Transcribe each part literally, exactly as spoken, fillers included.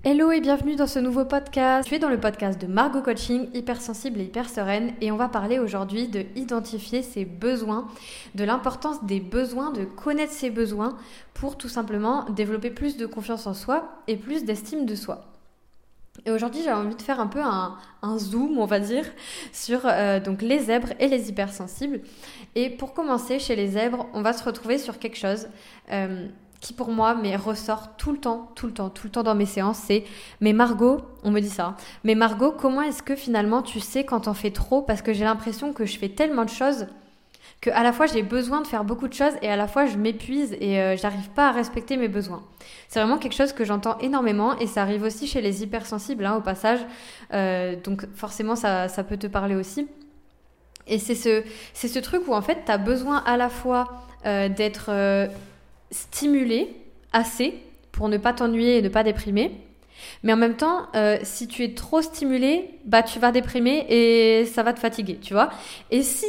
Hello et bienvenue dans ce nouveau podcast. Je suis dans le podcast de Margot Coaching, hypersensible et hyper sereine, et on va parler aujourd'hui de identifier ses besoins, de l'importance des besoins, de connaître ses besoins pour tout simplement développer plus de confiance en soi et plus d'estime de soi. Et aujourd'hui, j'ai envie de faire un peu un, un zoom, on va dire, sur euh, donc les zèbres et les hypersensibles. Et pour commencer, chez les zèbres, on va se retrouver sur quelque chose euh, qui pour moi mais ressort tout le temps, tout le temps, tout le temps dans mes séances, c'est « Mais Margot, on me dit ça, hein, mais Margot, comment est-ce que finalement tu sais quand t'en fais trop ? Parce que j'ai l'impression que je fais tellement de choses qu'à la fois j'ai besoin de faire beaucoup de choses et à la fois je m'épuise et euh, j'arrive pas à respecter mes besoins. » C'est vraiment quelque chose que j'entends énormément et ça arrive aussi chez les hypersensibles, hein, au passage. Euh, donc forcément, ça, ça peut te parler aussi. Et c'est ce, c'est ce truc où en fait, tu as besoin à la fois euh, d'être euh, stimulé assez pour ne pas t'ennuyer et ne pas déprimer. Mais en même temps, euh, si tu es trop stimulé, bah, tu vas déprimer et ça va te fatiguer, tu vois. Et si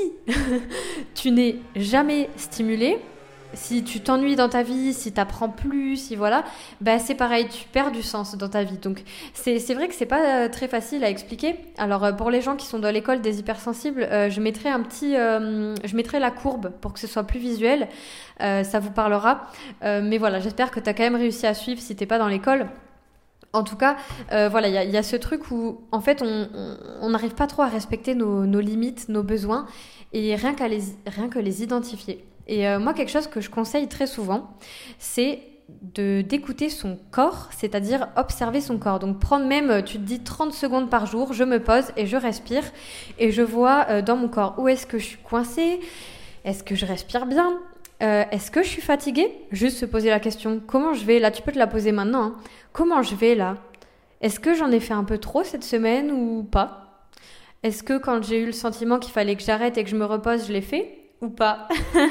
tu n'es jamais stimulé, si tu t'ennuies dans ta vie, si tu apprends plus, si voilà, bah c'est pareil, tu perds du sens dans ta vie. Donc c'est, c'est vrai que c'est pas euh, très facile à expliquer. Alors euh, pour les gens qui sont dans l'école des hypersensibles, euh, je mettrai un petit, euh, je mettrai la courbe pour que ce soit plus visuel. Euh, ça vous parlera. Euh, mais voilà, j'espère que tu as quand même réussi à suivre si t'es pas dans l'école. En tout cas, euh, voilà, il y, y a ce truc où, en fait, on n'arrive pas trop à respecter nos, nos limites, nos besoins, et rien, qu'à les, rien que les identifier. Et euh, moi, quelque chose que je conseille très souvent, c'est de, d'écouter son corps, c'est-à-dire observer son corps. Donc, prendre même, tu te dis trente secondes par jour, je me pose et je respire, et je vois euh, dans mon corps où est-ce que je suis coincée, est-ce que je respire bien ? Euh, est-ce que je suis fatiguée ? Juste se poser la question, comment je vais ? Là, tu peux te la poser maintenant. Hein. Comment je vais là ? Est-ce que j'en ai fait un peu trop cette semaine ou pas ? Est-ce que quand j'ai eu le sentiment qu'il fallait que j'arrête et que je me repose, je l'ai fait ou pas ?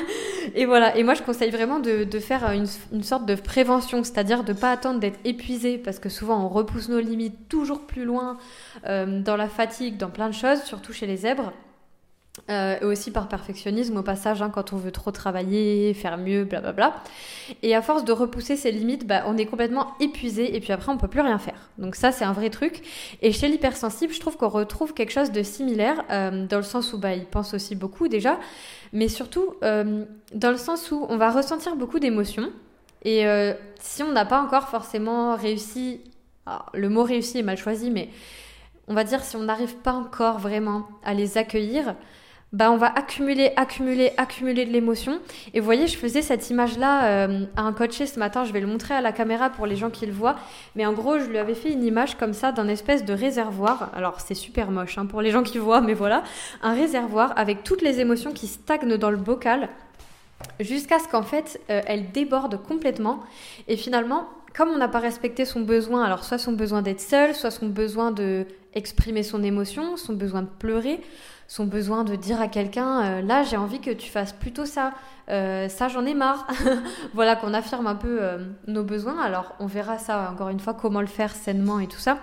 Et voilà. Et moi, je conseille vraiment de, de faire une, une sorte de prévention, c'est-à-dire de ne pas attendre d'être épuisé, parce que souvent, on repousse nos limites toujours plus loin euh, dans la fatigue, dans plein de choses, surtout chez les zèbres. Euh, et aussi par perfectionnisme au passage, hein, quand on veut trop travailler, faire mieux, blablabla. Et à force de repousser ses limites, bah, on est complètement épuisé et puis après on peut plus rien faire. Donc ça, c'est un vrai truc. Et chez l'hypersensible, je trouve qu'on retrouve quelque chose de similaire, euh, dans le sens où bah, il pense aussi beaucoup déjà, mais surtout euh, dans le sens où on va ressentir beaucoup d'émotions. Et euh, si on n'a pas encore forcément réussi, alors, le mot réussi est mal choisi, mais on va dire si on n'arrive pas encore vraiment à les accueillir, bah on va accumuler, accumuler, accumuler de l'émotion. Et vous voyez, je faisais cette image-là euh, à un coaché ce matin, je vais le montrer à la caméra pour les gens qui le voient, mais en gros, je lui avais fait une image comme ça d'un espèce de réservoir. Alors, c'est super moche hein, pour les gens qui voient, mais voilà, un réservoir avec toutes les émotions qui stagnent dans le bocal jusqu'à ce qu'en fait, euh, elles débordent complètement. Et finalement, comme on n'a pas respecté son besoin, alors soit son besoin d'être seul, soit son besoin d'exprimer son émotion, son besoin de pleurer, son besoin de dire à quelqu'un euh, « là, j'ai envie que tu fasses plutôt ça, euh, ça, j'en ai marre ». Voilà, qu'on affirme un peu euh, nos besoins. Alors, on verra ça, encore une fois, comment le faire sainement et tout ça.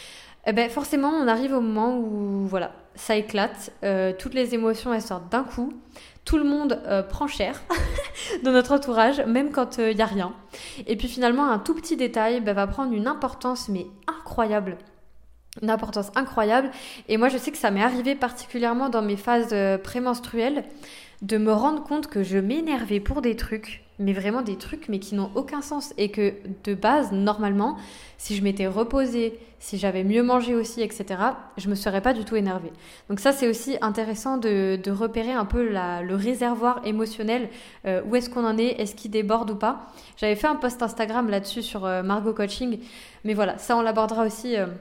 Eh ben, forcément, on arrive au moment où voilà, ça éclate, euh, toutes les émotions, elles sortent d'un coup. Tout le monde euh, prend cher dans notre entourage, même quand il euh, n'y a rien. Et puis finalement, un tout petit détail bah, va prendre une importance, mais incroyable. Une importance incroyable. Et moi, je sais que ça m'est arrivé particulièrement dans mes phases euh, prémenstruelles, de me rendre compte que je m'énervais pour des trucs, mais vraiment des trucs, mais qui n'ont aucun sens. Et que de base, normalement, si je m'étais reposée, si j'avais mieux mangé aussi, et cetera, je me serais pas du tout énervée. Donc ça, c'est aussi intéressant de, de repérer un peu la, le réservoir émotionnel. Euh, où est-ce qu'on en est ? Est-ce qu'il déborde ou pas ? J'avais fait un post Instagram là-dessus sur euh, Margot Coaching. Mais voilà, ça, on l'abordera aussi euh,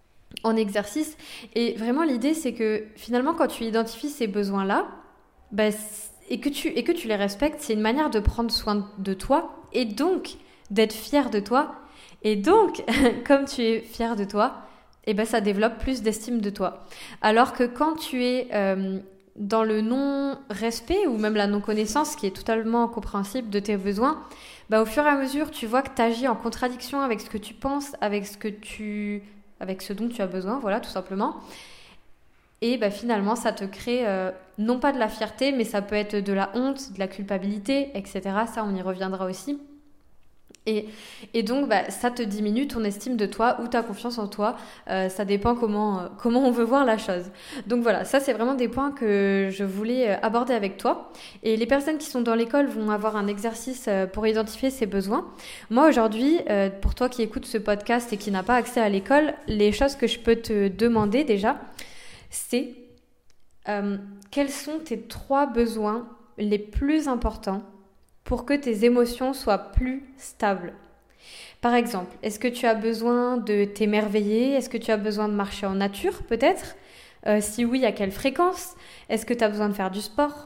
en exercice. Et vraiment, l'idée, c'est que finalement, quand tu identifies ces besoins-là, bah, et, que tu, et que tu les respectes, c'est une manière de prendre soin de toi et donc d'être fier de toi. Et donc, comme tu es fier de toi, eh ben, ça développe plus d'estime de toi. Alors que quand tu es euh, dans le non-respect ou même la non-connaissance, qui est totalement compréhensible de tes besoins, bah, au fur et à mesure, tu vois que tu agis en contradiction avec ce que tu penses, avec ce, que tu, avec ce dont tu as besoin, voilà, tout simplement. Et bah, finalement, ça te crée euh, non pas de la fierté, mais ça peut être de la honte, de la culpabilité, et cetera. Ça, on y reviendra aussi. Et, et donc, bah, ça te diminue ton estime de toi ou ta confiance en toi. Euh, ça dépend comment, euh, comment on veut voir la chose. Donc voilà, ça c'est vraiment des points que je voulais aborder avec toi. Et les personnes qui sont dans l'école vont avoir un exercice pour identifier ses besoins. Moi aujourd'hui, euh, pour toi qui écoutes ce podcast et qui n'a pas accès à l'école, les choses que je peux te demander déjà, c'est euh, quels sont tes trois besoins les plus importants pour que tes émotions soient plus stables. Par exemple, est-ce que tu as besoin de t'émerveiller? Est-ce que tu as besoin de marcher en nature, peut-être? euh, Si oui, à quelle fréquence? Est-ce que tu as besoin de faire du sport?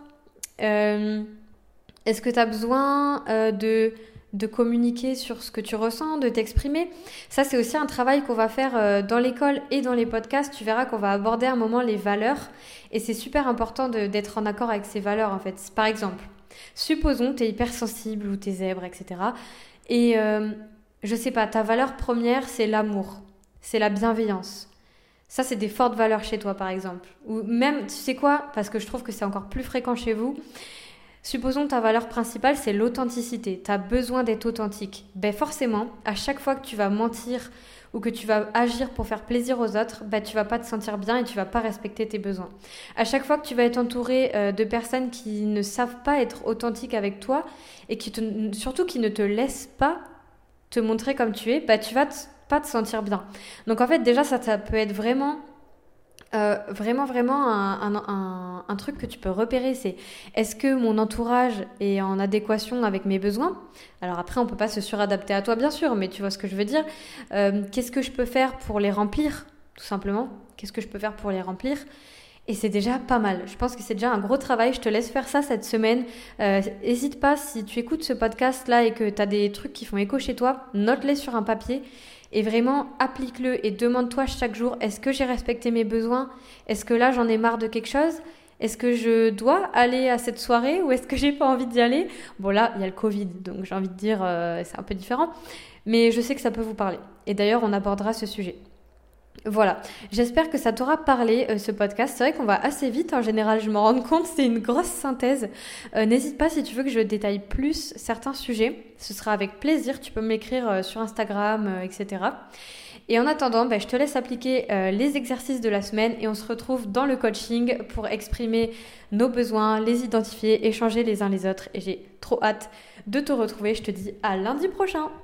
euh, Est-ce que tu as besoin euh, de, de communiquer sur ce que tu ressens, de t'exprimer? Ça, c'est aussi un travail qu'on va faire euh, dans l'école et dans les podcasts. Tu verras qu'on va aborder à un moment les valeurs. Et c'est super important de, d'être en accord avec ces valeurs, en fait. Par exemple, supposons tu es hypersensible ou tu es zèbre, et cetera. Et euh, je sais pas, ta valeur première, c'est l'amour, c'est la bienveillance. Ça, c'est des fortes valeurs chez toi, par exemple. Ou même, tu sais quoi, parce que je trouve que c'est encore plus fréquent chez vous, supposons ta valeur principale, c'est l'authenticité. Tu as besoin d'être authentique. Ben forcément, à chaque fois que tu vas mentir ou que tu vas agir pour faire plaisir aux autres, ben tu vas pas te sentir bien et tu vas pas respecter tes besoins. À chaque fois que tu vas être entouré euh, de personnes qui ne savent pas être authentiques avec toi et qui te, surtout qui ne te laissent pas te montrer comme tu es, ben tu vas te, pas te sentir bien. Donc en fait, déjà, ça, ça peut être vraiment... Euh, vraiment, vraiment un, un, un, un truc que tu peux repérer, c'est est-ce que mon entourage est en adéquation avec mes besoins? Alors après, on peut pas se suradapter à toi, bien sûr, mais tu vois ce que je veux dire. Euh, qu'est-ce que je peux faire pour les remplir, tout simplement? Qu'est-ce que je peux faire pour les remplir? Et c'est déjà pas mal. Je pense que c'est déjà un gros travail. Je te laisse faire ça cette semaine. Euh, N'hésite pas, si tu écoutes ce podcast-là et que tu as des trucs qui font écho chez toi, note-les sur un papier. Et vraiment, applique-le et demande-toi chaque jour, est-ce que j'ai respecté mes besoins? Est-ce que là, j'en ai marre de quelque chose? Est-ce que je dois aller à cette soirée ou est-ce que j'ai pas envie d'y aller? Bon, là, il y a le Covid, donc j'ai envie de dire, euh, c'est un peu différent. Mais je sais que ça peut vous parler. Et d'ailleurs, on abordera ce sujet. Voilà, j'espère que ça t'aura parlé euh, ce podcast. C'est vrai qu'on va assez vite en général, je m'en rends compte, c'est une grosse synthèse. Euh, n'hésite pas si tu veux que je détaille plus certains sujets, ce sera avec plaisir, tu peux m'écrire euh, sur Instagram, euh, et cetera. Et en attendant, bah, je te laisse appliquer euh, les exercices de la semaine et on se retrouve dans le coaching pour exprimer nos besoins, les identifier, échanger les uns les autres. Et j'ai trop hâte de te retrouver, je te dis à lundi prochain.